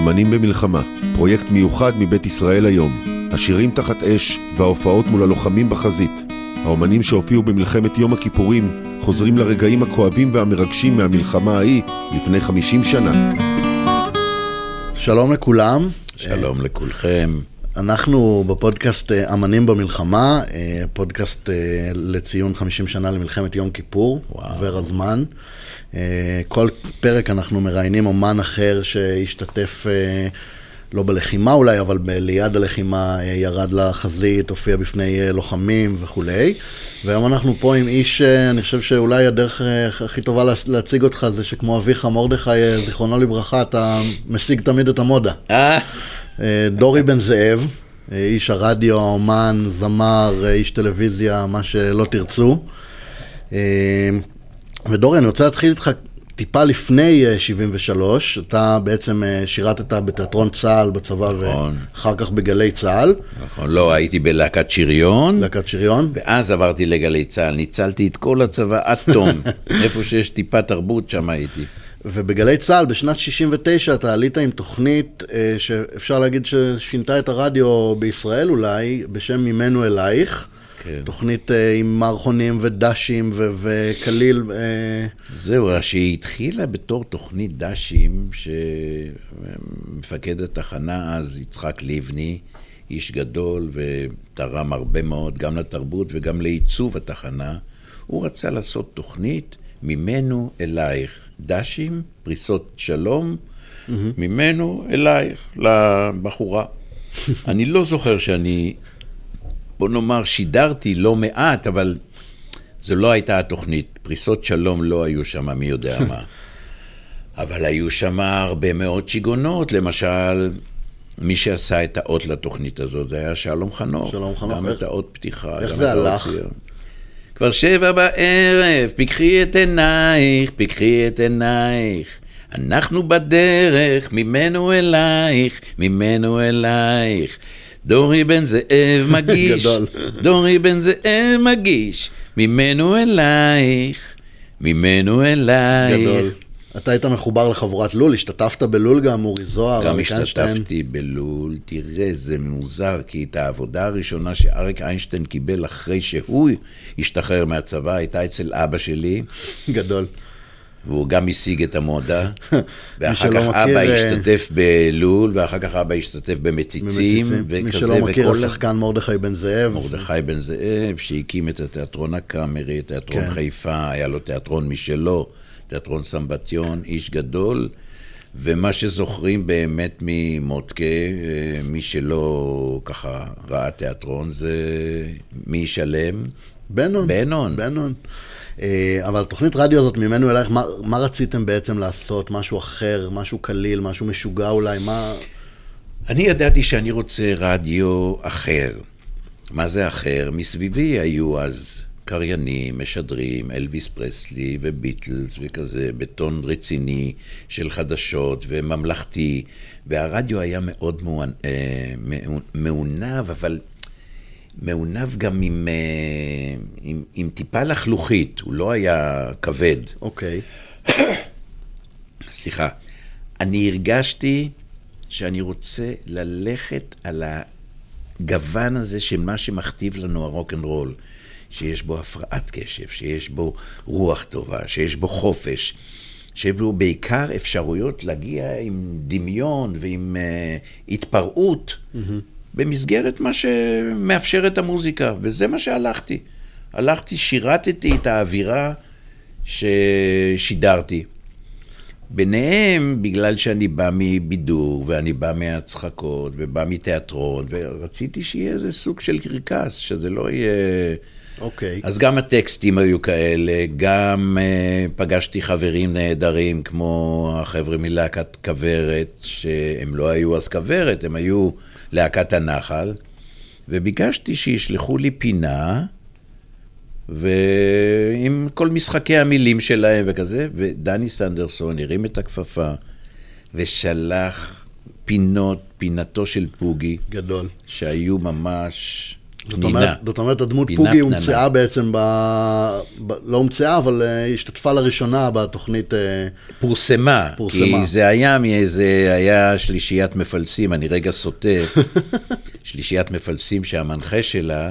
האמנים במלחמה, פרויקט מיוחד מבית ישראל היום. השירים תחת אש וההופעות מול הלוחמים בחזית. האמנים שהופיעו במלחמת יום הכיפורים חוזרים לרגעים הכואבים והמרגשים מהמלחמה ההיא לפני 50 שנה. שלום לכולם. שלום לכולכם. אנחנו בפודקאסט אמנים במלחמה, פודקאסט לציון 50 שנה למלחמת יום כיפור, עובר הזמן. כל פרק אנחנו מראיינים אומן אחר שהשתתף לא בלחימה אולי, אבל ליד הלחימה ירד לחזית, הופיע בפני לוחמים וכו'. והיום אנחנו פה עם איש, אני חושב שאולי הדרך הכי טובה להציג אותך זה שכמו אביך מרדכי, זיכרונו לברכה, אתה משיג תמיד את המודה. דורי בן זאב, איש הרדיו, אומן, זמר, איש טלוויזיה, מה שלא תרצו. ודורי, אני רוצה להתחיל איתך טיפה לפני 73, אתה בעצם שירתת בתיאטרון צה"ל בצבא, נכון. ואחר כך בגלי צה"ל. נכון, לא, הייתי בלהקת שריון. להקת שריון. ואז עברתי לגלי צה"ל, ניצלתי את כל הצבא עד תום, איפה שיש טיפה תרבות, שם הייתי. ובגלי צה"ל בשנת 69 אתה עלית עם תוכנית שאפשר להגיד ששינתה את הרדיו בישראל אולי, בשם ממנו אלייך. כן. תוכנית עם מערכונים ודשים וכליל. זהו, שהיא התחילה בתור תוכנית דשים, שמפקד התחנה אז יצחק לבני, איש גדול ותרם הרבה מאוד גם לתרבות וגם לעיצוב התחנה. הוא רצה לעשות תוכנית ממנו אלייך, דשים, פריסות שלום, ממנו אלייך, לבחורה. אני לא זוכר שאני, בוא נאמר, שידרתי לא מעט, אבל זו לא הייתה התוכנית. פריסות שלום לא היו שם, מי יודע מה. אבל היו שם הרבה מאוד שיגונות, למשל, מי שעשה את האות לתוכנית הזאת, זה היה שלום חנוך. שלום חנוך. גם את האות פתיחה. איך זה הלך? כבר 7 בערב, פיקחי את עינייך, פיקחי את עינייך. אנחנו בדרך, ממנו אלייך, ממנו אלייך. דורי בן זאב מגיש, דורי בן זאב מגיש, ממנו אלייך, ממנו אלייך. גדול. אתה היית מחובר לחבורת לול, השתתפת בלול גם, אורי זוהר, גם השתתפתי בלול. תראה, זה מוזר, כי את העבודה הראשונה שאריק איינשטיין קיבל אחרי שהוא השתחרר מהצבא, הייתה אצל אבא שלי. גדול. והוא גם השיג את המודה, ואחר כך אבא השתתף בלול, ואחר כך אבא השתתף במציצים, מי שלא מכיר, השחקן מרדכי בן זאב. מרדכי בן זאב, שהקים את התיאטרון הקאמרי, תיאטרון חיפה, היה לו תיאטרון משלו, תיאטרון סמבטיון, איש גדול, ומה שזוכרים באמת ממודקה, מי שלא ככה ראה תיאטרון, זה מי שלם? בנון. בנון. אבל התוכנית רדיו הזאת ממנו אלייך, מה רציתם בעצם לעשות? משהו אחר, משהו קליל, משהו משוגע אולי? אני ידעתי שאני רוצה רדיו אחר. מה זה אחר? מסביבי היו אז קריינים, משדרים, אלוויס פרסלי וביטלס וכזה, בטון רציני של חדשות וממלכתי, והרדיו היה מאוד מעונב, אבל מעונב גם עם טיפה לחלוכית, הוא לא היה כבד. אוקיי. סליחה. אני הרגשתי שאני רוצה ללכת על הגוון הזה של מה שמכתיב לנו הרוק'נ'רול, שיש בו הפרעת קשב, שיש בו רוח טובה, שיש בו חופש, שיש בו בעיקר אפשרויות להגיע עם דמיון ועם התפרעות, במסגרת מה שמאפשר את המוזיקה, וזה מה שהלכתי. שירתתי את האווירה ששידרתי. ביניהם, בגלל שאני בא מבידור, ואני בא מהצחקות, ובא מתיאטרון, ורציתי שיהיה איזה סוג של קרקס, שזה לא יהיה... אוקיי. אז גם הטקסטים היו כאלה, גם פגשתי חברים נהדרים, כמו החבר'ה מלהקת כוורת, שהם לא היו אז כוורת, הם היו להקת הנחל, וביקשתי שישלחו לי פינה, ועם כל משחקי המילים שלהם וכזה, ודני סנדרסון הרים את הכפפה, ושלח פינתו של פוגי. גדול. שהיו ממש זאת אומרת, הדמות פוגי הומצאה בעצם, לא הומצאה, אבל השתתפה לראשונה בתוכנית... פורסמה, כי זה היה שלישיית מפלסים, אני רגע סוטה, שלישיית מפלסים שהמנחה שלה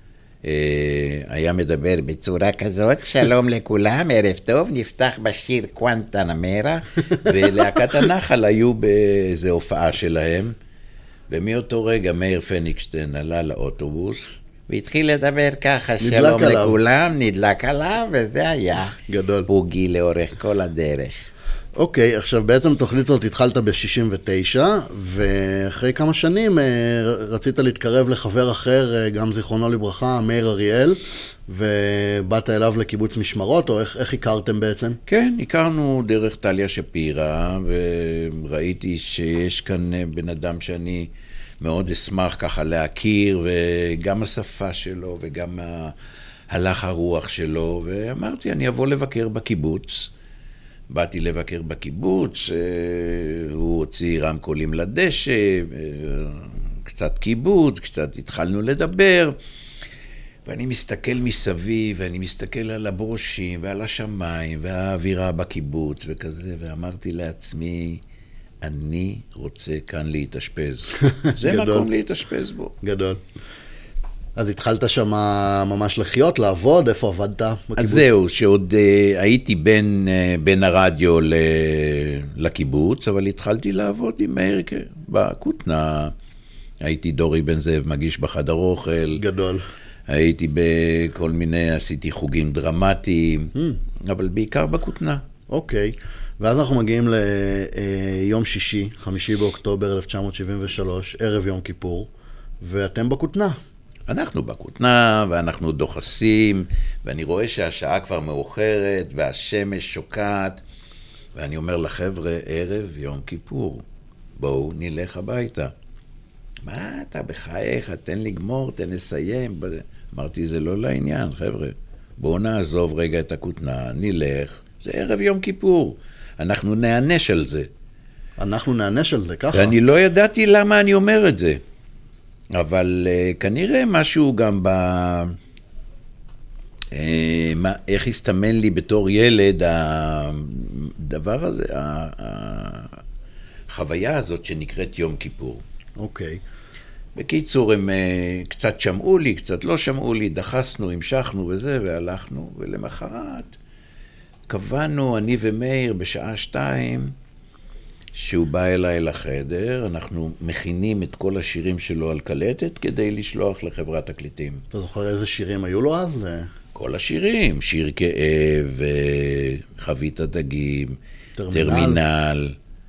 היה מדבר בצורה כזאת, שלום לכולם, ערב טוב, נפתח בשיר קוונטנמרה, ולהקת הנחל היו באיזו הופעה שלהם, ומאותו רגע מאיר פניקשטיין עלה לאוטובוס, והתחיל לדבר ככה, שלום לכולם, נדלק עליו, וזה היה גדול. פוגי לאורך כל הדרך. אוקיי, עכשיו בעצם תוכנית הזאת התחלת ב-69, ואחרי כמה שנים רצית להתקרב לחבר אחר, גם זיכרונו לברכה, מאיר אריאל, ובאת אליו לקיבוץ משמרות, או איך הכרתם בעצם? כן, הכרנו דרך טליה שפירא, וראיתי שיש כאן בן אדם שאני מאוד אשמח ככה להכיר, וגם השפה שלו, וגם הלך הרוח שלו, ואמרתי, אני אבוא לבקר בקיבוץ. באתי לבקר בקיבוץ, הוא הוציא רמקולים לדשא, קצת קיבוץ, קצת התחלנו לדבר, ואני מסתכל מסביב, ואני מסתכל על הברושים ועל השמיים והאווירה בקיבוץ וכזה, ואמרתי לעצמי, אני רוצה כאן להתאשפז. זה מקום להתאשפז בו. גדול. אז התחלת שם ממש לחיות, לעבוד, איפה עבדת בקיבוץ? אז זהו, שעוד הייתי בין הרדיו לקיבוץ, אבל התחלתי לעבוד עם מאיר בכותנה. הייתי דורי בן זאב מגיש בחדר אוכל. גדול. הייתי בכל מיני, עשיתי חוגים דרמטיים, אבל בעיקר בכותנה. אוקיי, ואז אנחנו מגיעים ליום שישי, 5 באוקטובר 1973, ערב יום כיפור, ואתם בכותנה. אנחנו בכותנה, ואנחנו דוחסים, ואני רואה שהשעה כבר מאוחרת, והשמש שוקעת, ואני אומר לחבר'ה, ערב יום כיפור, בואו נלך הביתה. מה אתה בחייך, תן לגמור, תן לסיים. אמרתי, זה לא לעניין, חבר'ה. בואו נעזוב רגע את הכותנה, נלך, זה ערב יום כיפור. אנחנו נענש על זה. אנחנו נענש על זה, ככה. ואני לא ידעתי למה אני אומר את זה. אבל כנראה משהו גם איך הסתמן לי בתור ילד הדבר הזה, החוויה הזאת שנקראת יום כיפור. אוקיי. בקיצור, הם קצת שמעו לי, קצת לא שמעו לי, דחסנו, המשכנו וזה, והלכנו, ולמחרת קבענו, אני ומאיר, בשעה 2, שהוא בא אליי לחדר, אנחנו מכינים את כל השירים שלו על קלטת, כדי לשלוח לחברת תקליטים. אתה זוכר איזה שירים היו לו אז? כל השירים, שיר כאב, חבית הדגים, טרמינל,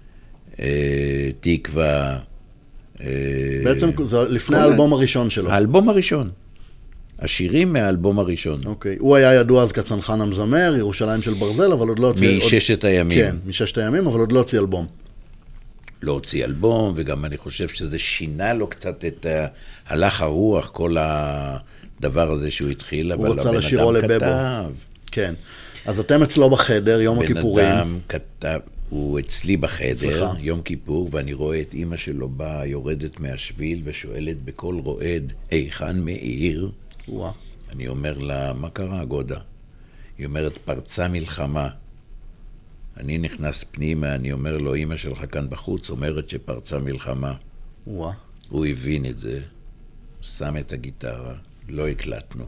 תקווה. בעצם זה לפני האלבום הראשון שלו. האלבום הראשון. השירים מהאלבום הראשון. אוקיי. הוא היה ידוע אז כצנחן המזמר, ירושלים של ברזל, אבל עוד לא הוציא... מששת הימים. כן, מששת הימים, אבל עוד לא הוציא אלבום. לא הוציא אלבום, וגם אני חושב שזה שינה לו קצת את הלך הרוח, כל הדבר הזה שהוא התחיל, אבל הבן אדם כתב. כן. אז אתם אצלו בחדר, יום הכיפורים. בן אדם כתב, הוא אצלי בחדר, יום כיפור, ואני רואה את אמא שלו באה, יורדת מהשביל, ושואלת בקול רועד, היכן מאיר? אני אומר לה, מה קרה, גודה? היא אומרת, פרצה מלחמה. אני נכנס פנימה, אני אומר לו, אמא שלך כאן בחוץ, אומרת שפרצה מלחמה. הוא הבין את זה, שם את הגיטרה, לא הקלטנו.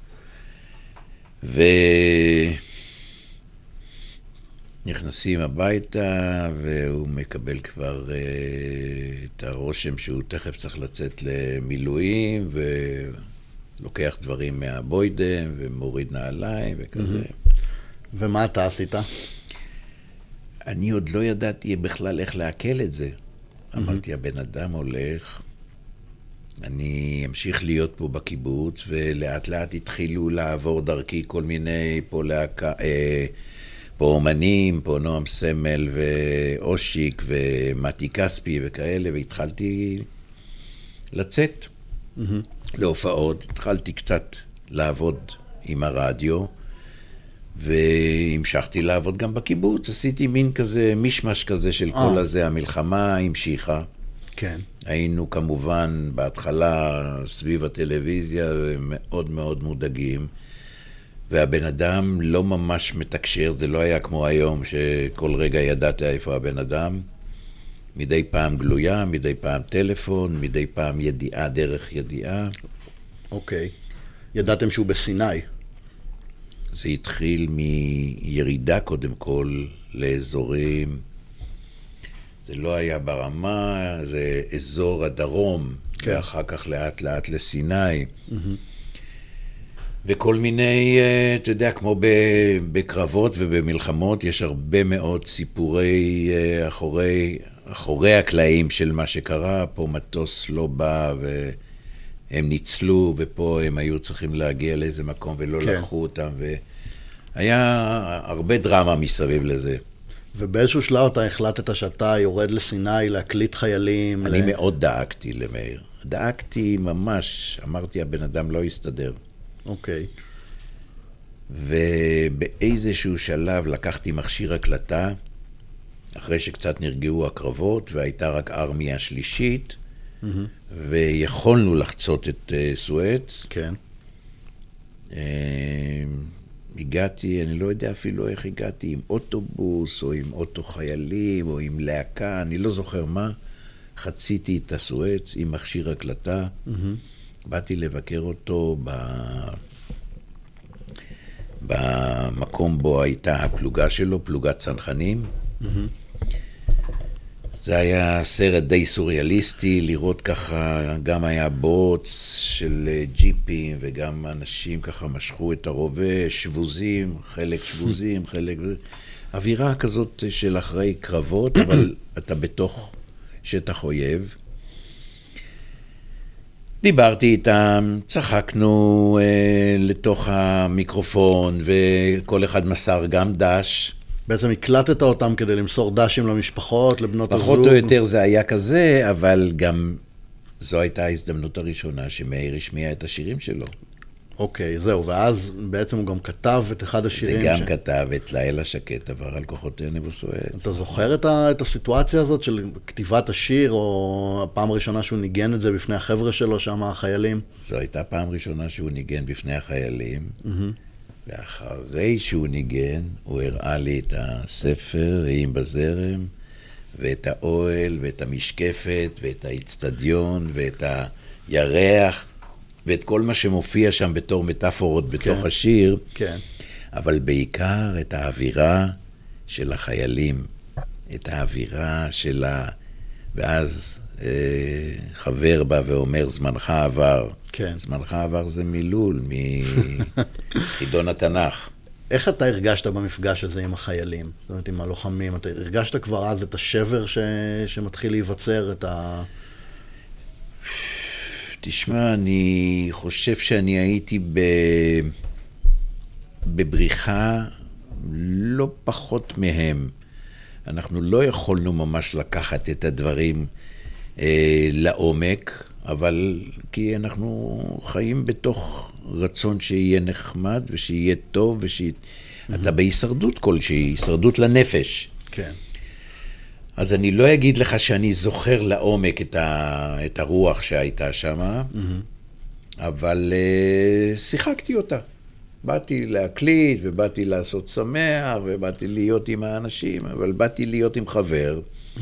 ונכנסים הביתה, והוא מקבל כבר את הרושם שהוא תכף צריך לצאת למילואים, ולוקח דברים מהבוידם, ומוריד נעליים וכזה. ומה אתה עשית? אני עוד לא ידעתי בכלל איך לעכל את זה. אמרתי, הבן אדם הולך, אני אמשיך להיות פה בקיבוץ, ולאט לאט התחילו לעבור דרכי כל מיני פה אומנים, פה נועם סמל ואושיק ומתי כספי וכאלה, והתחלתי לצאת להופעות. התחלתי קצת לעבוד עם הרדיו, והמשכתי לעבוד גם בקיבוץ. עשיתי מין כזה, משמש כזה של כל הזה, המלחמה המשיכה. כן. היינו כמובן בהתחלה סביב הטלוויזיה מאוד מאוד מודאגים, והבן אדם לא ממש מתקשר, זה לא היה כמו היום שכל רגע ידעת איפה הבן אדם. מדי פעם גלויה, מדי פעם טלפון, מדי פעם ידיעה דרך ידיעה. אוקיי. ידעתם שהוא בסיני? זה התחיל מירידה קודם כל לאזורים, זה לא היה ברמה, זה אזור הדרום, כן. ואחר כך לאט לאט לסיני. וכל מיני, אתה יודע, כמו בקרבות ובמלחמות, יש הרבה מאוד סיפורי אחורי הקלעים של מה שקרה. פה מטוס לא בא והם ניצלו, ופה הם היו צריכים להגיע לאיזה מקום ולא כן. לקחו אותם, והיה הרבה דרמה מסביב לזה. ובאיזשהו שלב אתה החלטת שאתה יורד לסיני להקליט חיילים. אני מאוד דאגתי למאיר. דאגתי ממש, אמרתי, הבן אדם לא יסתדר. אוקיי. ובאיזשהו שלב לקחתי מכשיר הקלטה, אחרי שקצת נרגעו הקרבות, והייתה רק ארמיה שלישית, ויכולנו לחצות את סואץ. כן. הגעתי, אני לא יודע אפילו איך הגעתי, עם אוטובוס, או עם אוטו חיילים, או עם להקה, אני לא זוכר מה. חציתי את הסואץ עם מכשיר הקלטה, באתי לבקר אותו במקום בו הייתה הפלוגה שלו, פלוגת צנחנים. זה היה סרט די סוריאליסטי, לראות ככה, גם היה בוץ של ג'יפים, וגם אנשים ככה משכו את הרובה, שבוזים, חלק, חלק... אווירה כזאת של אחרי קרבות, אבל אתה בתוך שטח אויב. דיברתי איתם, צחקנו לתוך המיקרופון, וכל אחד מסר גם דש. בעצם הקלטת אותם כדי למסור דשים למשפחות, לבנות הזוג. פחות או יותר זה היה כזה, אבל גם זו הייתה ההזדמנות הראשונה שמאיר השמיע את השירים שלו. אוקיי, זהו, ואז בעצם הוא גם כתב את אחד השירים. וגם כתב את לילה שקט עבר על כוחותינו בסואץ. אתה זוכר את הסיטואציה הזאת של כתיבת השיר, או הפעם הראשונה שהוא ניגן את זה בפני החבר'ה שלו שם, החיילים? זו הייתה פעם ראשונה שהוא ניגן בפני החיילים, ואחרי שהוא ניגן, הוא הראה לי את הספר, רעים בזרם, ואת האוהל, ואת המשקפת, ואת האצטדיון, ואת הירח, ואת כל מה שמופיע שם בתור מטאפורות בתוך כן. השיר, כן. אבל בעיקר את האווירה של החיילים, את האווירה של ואז חבר בא ואומר, זמנך עבר. כן. זמנך עבר זה מילול, מחידון התנ"ך. איך אתה הרגשת במפגש הזה עם החיילים? זאת אומרת, עם הלוחמים? אתה הרגשת כבר אז את השבר שמתחיל להיווצר, את תשמע, אני חושב שאני הייתי בבריחה לא פחות מהם. אנחנו לא יכולנו ממש לקחת את הדברים לעומק, אבל כי אנחנו חיים בתוך רצון שיהיה נחמד ושיהיה טוב, אתה בהישרדות כלשהי, הישרדות לנפש. כן. אז אני לא אגיד לך שאני זוכר לעומק את הרוח שהייתה שם, אבל שיחקתי אותה. באתי להקליט, ובאתי לעשות שמח, ובאתי להיות עם האנשים, אבל באתי להיות עם חבר.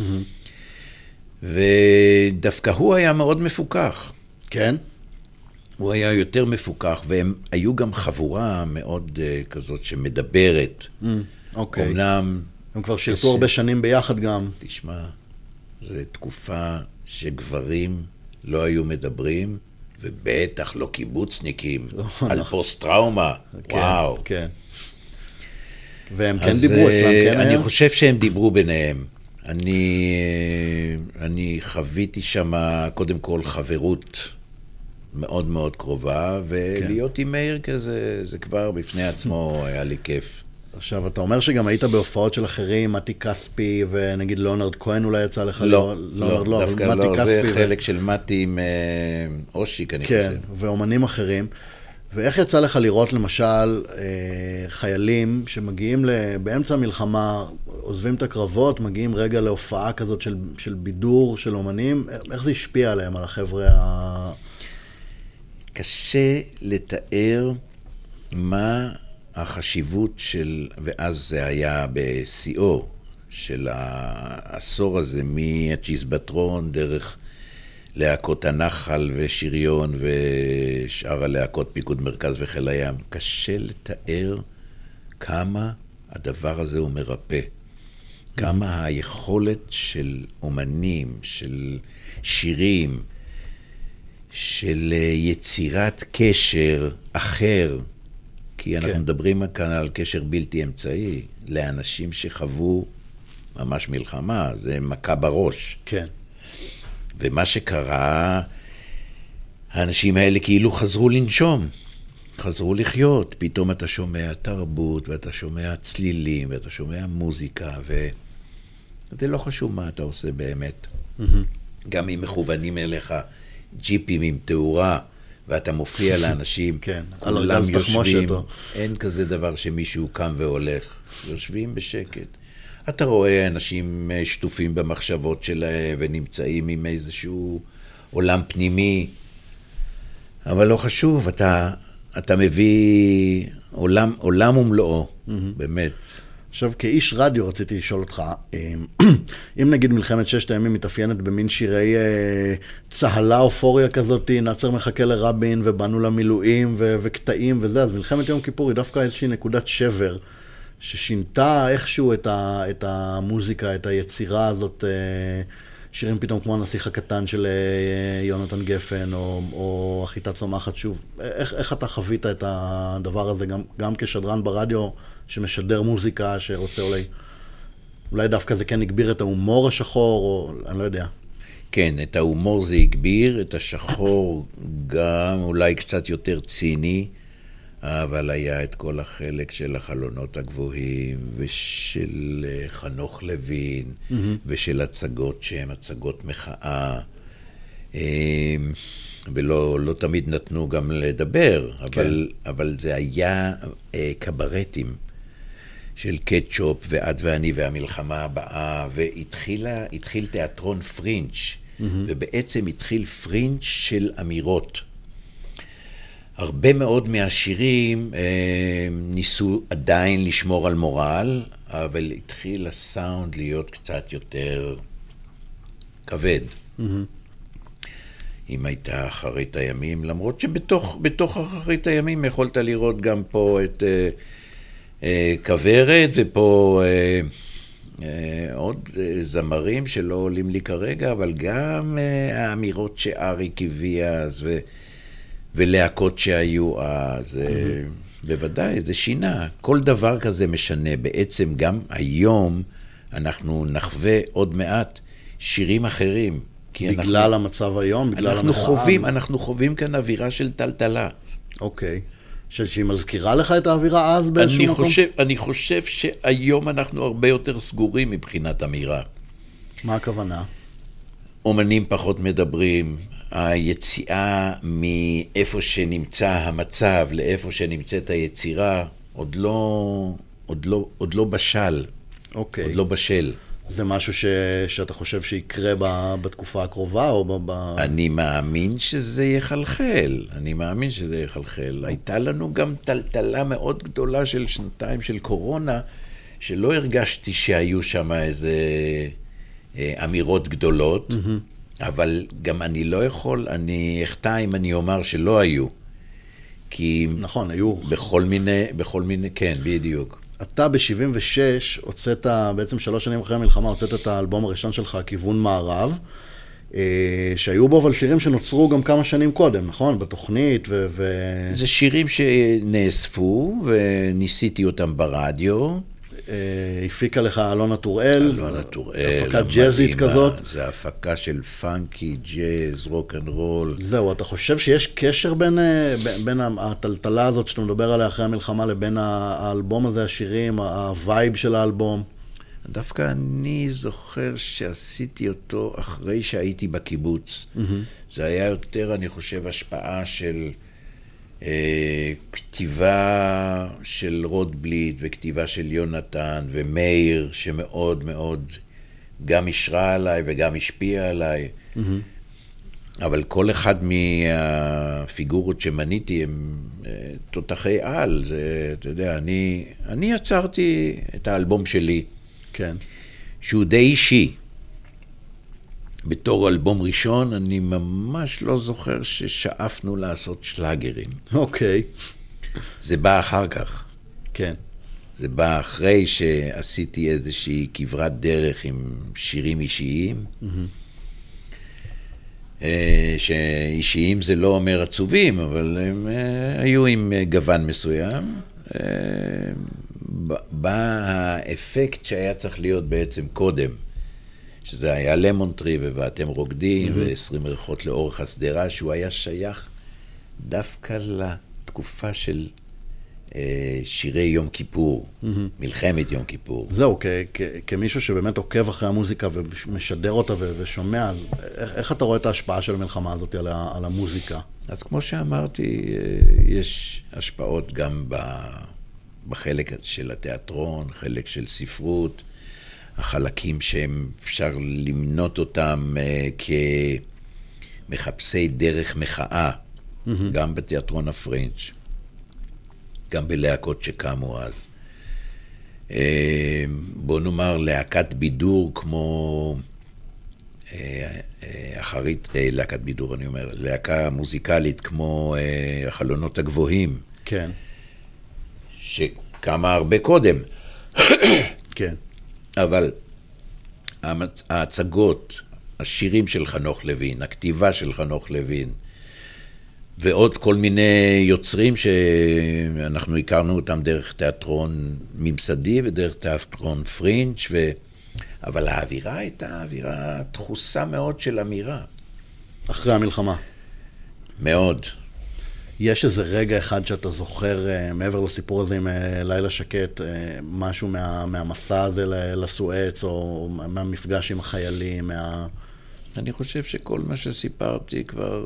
ודווקא הוא היה מאוד מפוקח. כן? הוא היה יותר מפוקח, והם היו גם חבורה מאוד כזאת שמדברת. אוקיי. אומנם... הם כבר שירתו הרבה שנים ביחד גם. תשמע, זו תקופה שגברים לא היו מדברים, ובטח לא קיבוצניקים, על פוסט-טראומה, וואו. כן. והם כן דיברו אצלם, כן היה? אני חושב שהם דיברו ביניהם. אני חוויתי שם קודם כל חברות מאוד מאוד קרובה, ולהיות עם מאיר כזה, זה כבר בפני עצמו היה לי כיף. עכשיו, אתה אומר שגם היית בהופעות של אחרים, מתי כספי ונגיד לונרד כהן אולי יצא לך? לא, דווקא לא, זה חלק של מתי עם אושיק, אני חושב. כן, ואומנים אחרים. ואיך יצא לך לראות למשל חיילים שמגיעים באמצע המלחמה, עוזבים את הקרבות, מגיעים רגע להופעה כזאת של בידור, של אומנים, איך זה השפיע עליהם, על החבר'ה קשה לתאר מה החשיבות של, ואז זה היה בשיאו של העשור הזה, מהצ'יזבטרון דרך להקות הנחל ושריון ושאר הלהקות פיקוד מרכז וחיל הים. קשה לתאר כמה הדבר הזה הוא מרפא. כמה היכולת של אומנים, של שירים, של יצירת קשר אחר, כי אנחנו מדברים כאן על קשר בלתי אמצעי, לאנשים שחוו ממש מלחמה, זה מכה בראש. כן. ומה שקרה, האנשים האלה כאילו חזרו לנשום, חזרו לחיות. פתאום אתה שומע תרבות, ואתה שומע צלילים, ואתה שומע מוזיקה, וזה לא חשוב מה אתה עושה באמת. גם אם מכוונים אליך ג'יפים עם תאורה, ואתה מופיע לאנשים, כן, כולם יושבים, אין כזה דבר שמישהו קם והולך, יושבים בשקט. אתה רואה אנשים שטופים במחשבות שלהם, ונמצאים עם איזשהו עולם פנימי, אבל לא חשוב, אתה מביא עולם ומלואו, באמת. עכשיו, כאיש רדיו רציתי לשאול אותך, אם נגיד מלחמת ששת הימים מתאפיינת במין שירי צהלה אופוריה כזאת, נעצר מחכה לרבין ובאנו למילואים וקטעים וזה, אז מלחמת יום כיפור היא דווקא איזושהי נקודת שבר, ששינתה איכשהו את המוזיקה, את היצירה הזאת, שירים פתאום כמו הנסיך הקטן של יונתן גפן, או החיטה צומחת שוב. איך אתה חווית את הדבר הזה, גם כשדרן ברדיו שמשדר מוזיקה, שרוצה אולי דווקא זה כן הגביר את ההומור השחור, או אני לא יודע. כן, את ההומור זה הגביר, את השחור גם אולי קצת יותר ציני, אבל היה את כל החלק של החלונות הגבוהים, ושל חנוך לוין, ושל הצגות שהן הצגות מחאה, ולא תמיד נתנו גם לדבר, אבל זה היה קברטים של קטשופ ועד ואני והמלחמה הבאה, והתחיל תיאטרון פרינץ', ובעצם התחיל פרינץ' של אמירות. הרבה מאוד מהשירים ניסו עדיין לשמור על מורל, אבל התחיל הסאונד להיות קצת יותר כבד. אם הייתה אחרית הימים, למרות שבתוך אחרית הימים יכולת לראות גם פה את כברת, ופה עוד זמרים שלא עולים לי כרגע, אבל גם האמירות שאריק הביא אז, ולהקות שהיו אז, בוודאי, זה שינה. כל דבר כזה משנה. בעצם גם היום אנחנו נחווה עוד מעט שירים אחרים. בגלל המצב היום, בגלל אנחנו חווים כאן אווירה של טלטלה. אוקיי. שהיא מזכירה לך את האווירה אז באיזשהו מקום? אני חושב שהיום אנחנו הרבה יותר סגורים מבחינת אמירה. מה הכוונה? אומנים פחות מדברים, היציאה מאיפה שנמצא המצב לאיפה שנמצאת היצירה עוד לא בשל. אוקיי. עוד לא בשל. זה משהו שאתה חושב שיקרה בתקופה הקרובה או אני מאמין שזה יחלחל. הייתה לנו גם טלטלה מאוד גדולה של שנתיים של קורונה, שלא הרגשתי שהיו שם איזה אמירות גדולות, אבל גם אני לא יכול, אני אחטא אם אני אומר שלא היו. כי נכון, היו. בכל מיני, כן, בדיוק. אתה ב-76 הוצאת, בעצם 3 שנים אחרי המלחמה, הוצאת את האלבום הראשון שלך, כיוון מערב, שהיו בו אבל שירים שנוצרו גם כמה שנים קודם, נכון? בתוכנית זה שירים שנאספו וניסיתי אותם ברדיו. הפיקה לך אלונה טוראל, הפקה ג'אזית כזאת. זה הפקה של פאנקי, ג'אז, רוק אנד רול. זהו, אתה חושב שיש קשר בין הטלטלה הזאת שאתה מדבר עליה אחרי המלחמה לבין האלבום הזה, השירים, הווייב של האלבום? דווקא אני זוכר שעשיתי אותו אחרי שהייתי בקיבוץ. זה היה יותר, אני חושב, השפעה של כתיבה של רוטבליט וכתיבה של יונתן ומאיר, שמאוד מאוד גם השרה עליי וגם השפיע עליי. אבל כל אחד מהפיגורות שמניתי הם תותחי על. זה, אתה יודע, אני יצרתי את האלבום שלי, כן. שהוא די אישי. בתור אלבום ראשון, אני ממש לא זוכר ששאפנו לעשות שלאגרים. אוקיי. זה בא אחר כך. כן. זה בא אחרי שעשיתי איזושהי כברת דרך עם שירים אישיים. שאישיים זה לא אומר עצובים, אבל הם היו עם גוון מסוים. בא האפקט שהיה צריך להיות בעצם קודם, שזה היה למונטרי ואתם רוקדים ו20 ריחות לאורך הסדרה, שהוא היה שייך דווקא לתקופה של שירי יום כיפור, מלחמת יום כיפור. זהו, כמישהו שבאמת עוקב אחרי המוזיקה ומשדר אותה ושומע, איך אתה רואה את ההשפעה של המלחמה הזאת על המוזיקה? אז כמו שאמרתי, יש השפעות גם בחלק של התיאטרון, חלק של ספרות, החלקים שהם אפשר למנות אותם כמחפשי דרך מחאה, גם בתיאטרון הפרנץ', גם בלהקות שקמו אז. בוא נאמר, להקת בידור כמו, אחרית להקת בידור, אני אומר, להקה מוזיקלית כמו החלונות הגבוהים. כן. שקמה הרבה קודם. כן. אבל ההצגות, השירים של חנוך לוין, הכתיבה של חנוך לוין, ועוד כל מיני יוצרים שאנחנו הכרנו אותם דרך תיאטרון ממסדי ודרך תיאטרון פרינץ' אבל האווירה הייתה אווירה דחוסה מאוד של אמירה. אחרי המלחמה. מאוד. יש איזה רגע אחד שאתה זוכר, מעבר לסיפור הזה עם לילה שקט, משהו מהמסע הזה לסואץ, או מהמפגש עם החיילים, אני חושב שכל מה שסיפרתי כבר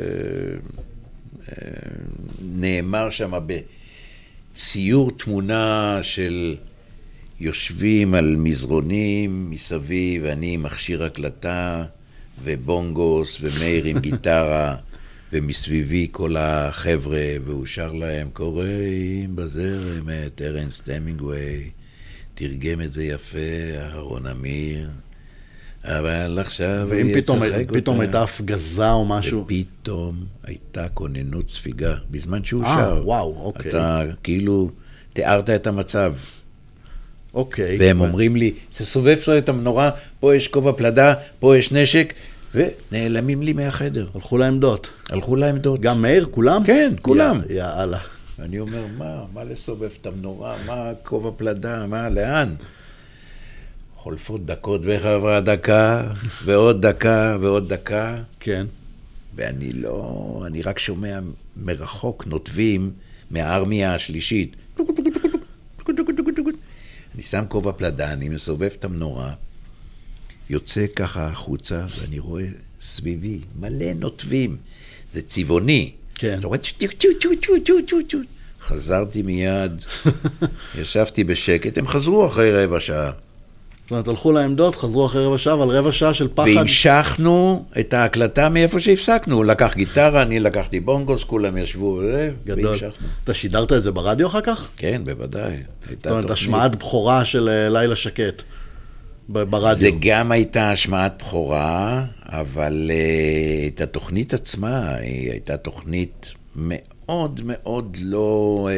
נאמר שם בציור תמונה של יושבים על מזרונים מסביב, ואני עם מכשיר הקלטה ובונגוס ומאיר עם גיטרה, ומסביבי כל החבר'ה, והוא שר להם, קוראים בזרם את ארנסט המינגווי, תרגם את זה יפה, אהרון אמיר, אבל עכשיו ואם פתאום הייתה הפגזה או משהו? ופתאום הייתה כוננות ספיגה, בזמן שהוא שר. וואו, אוקיי. אתה כאילו תיארת את המצב. אוקיי. והם אומרים לי, תסובב פה את המנורה, פה יש כובע פלדה, פה יש נשק, ונעלמים לי מהחדר. הלכו לעמדות. הלכו לעמדות. גם מאיר, כולם? כן, כולם. יאללה. אני אומר, מה לסובב את המנורה? מה כובע פלדה? מה, לאן? חולפות דקות וחברה דקה, ועוד דקה ועוד דקה. כן. ואני לא, אני רק שומע מרחוק נוטבים מהארמיה השלישית. אני שם כובע פלדה, אני מסובב את המנורה, יוצא ככה החוצה, ואני רואה סביבי מלא נוטבים. זה צבעוני. כן. אתה רואה, חזרתי מיד, ישבתי בשקט, הם חזרו אחרי רבע שעה. זאת אומרת, הלכו לעמדות, חזרו אחרי רבע שעה, אבל רבע שעה של פחד. והמשכנו את ההקלטה מאיפה שהפסקנו. הוא לקח גיטרה, אני לקחתי בונגוס, כולם ישבו גדול. אתה שידרת את זה ברדיו אחר כך? כן, בוודאי. זאת אומרת, השמעת בכורה של לילה שקט ברדיו. זה גם הייתה השמעת בכורה, אבל את התוכנית עצמה, היא הייתה תוכנית מאוד מאוד לא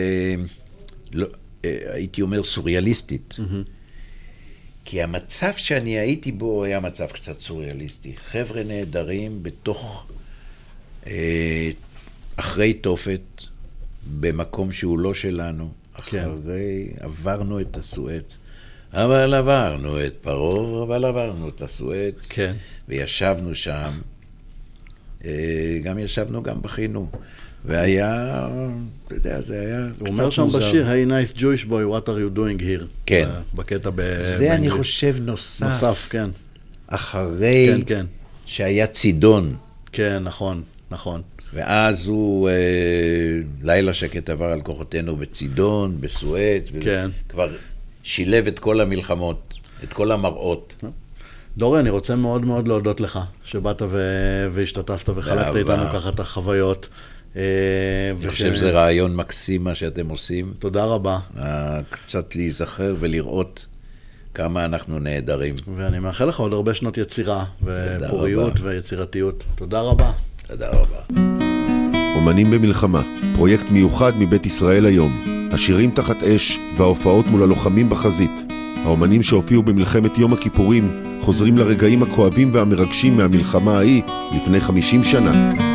הייתי אומר סוריאליסטית. כי המצב שאני הייתי בו היה מצב קצת סוריאליסטי. חבר'ה נהדרים בתוך, אחרי תופת, במקום שהוא לא שלנו. אחרי, עברנו את הסואץ, אבל עברנו את פרעה, אבל עברנו את הסואץ. כן. וישבנו שם, גם ישבנו, גם בכינו. והיה, אתה יודע, זה היה קצת מוזר. הוא אומר שם בשיר, hey nice Jewish boy, what are you doing here? כן. בקטע זה אני חושב נוסף. כן. אחרי כן. שהיה צידון. כן, נכון, נכון. ואז הוא, לילה שקט עבר על כוחותינו בצידון, בסואץ, כן. כבר שילב את כל המלחמות, את כל המראות. דורי, אני רוצה מאוד מאוד להודות לך, שבאת והשתתפת וחלקת איתנו ככה את החוויות. אני חושב שזה רעיון מקסים מה שאתם עושים. תודה רבה. קצת להיזכר ולראות כמה אנחנו נהדרים. ואני מאחל לך עוד הרבה שנות יצירה, ופוריות ויצירתיות. תודה רבה. תודה רבה. אומנים במלחמה, פרויקט מיוחד מבית ישראל היום. השירים תחת אש וההופעות מול הלוחמים בחזית. האומנים שהופיעו במלחמת יום הכיפורים חוזרים לרגעים הכואבים והמרגשים מהמלחמה ההיא לפני 50 שנה.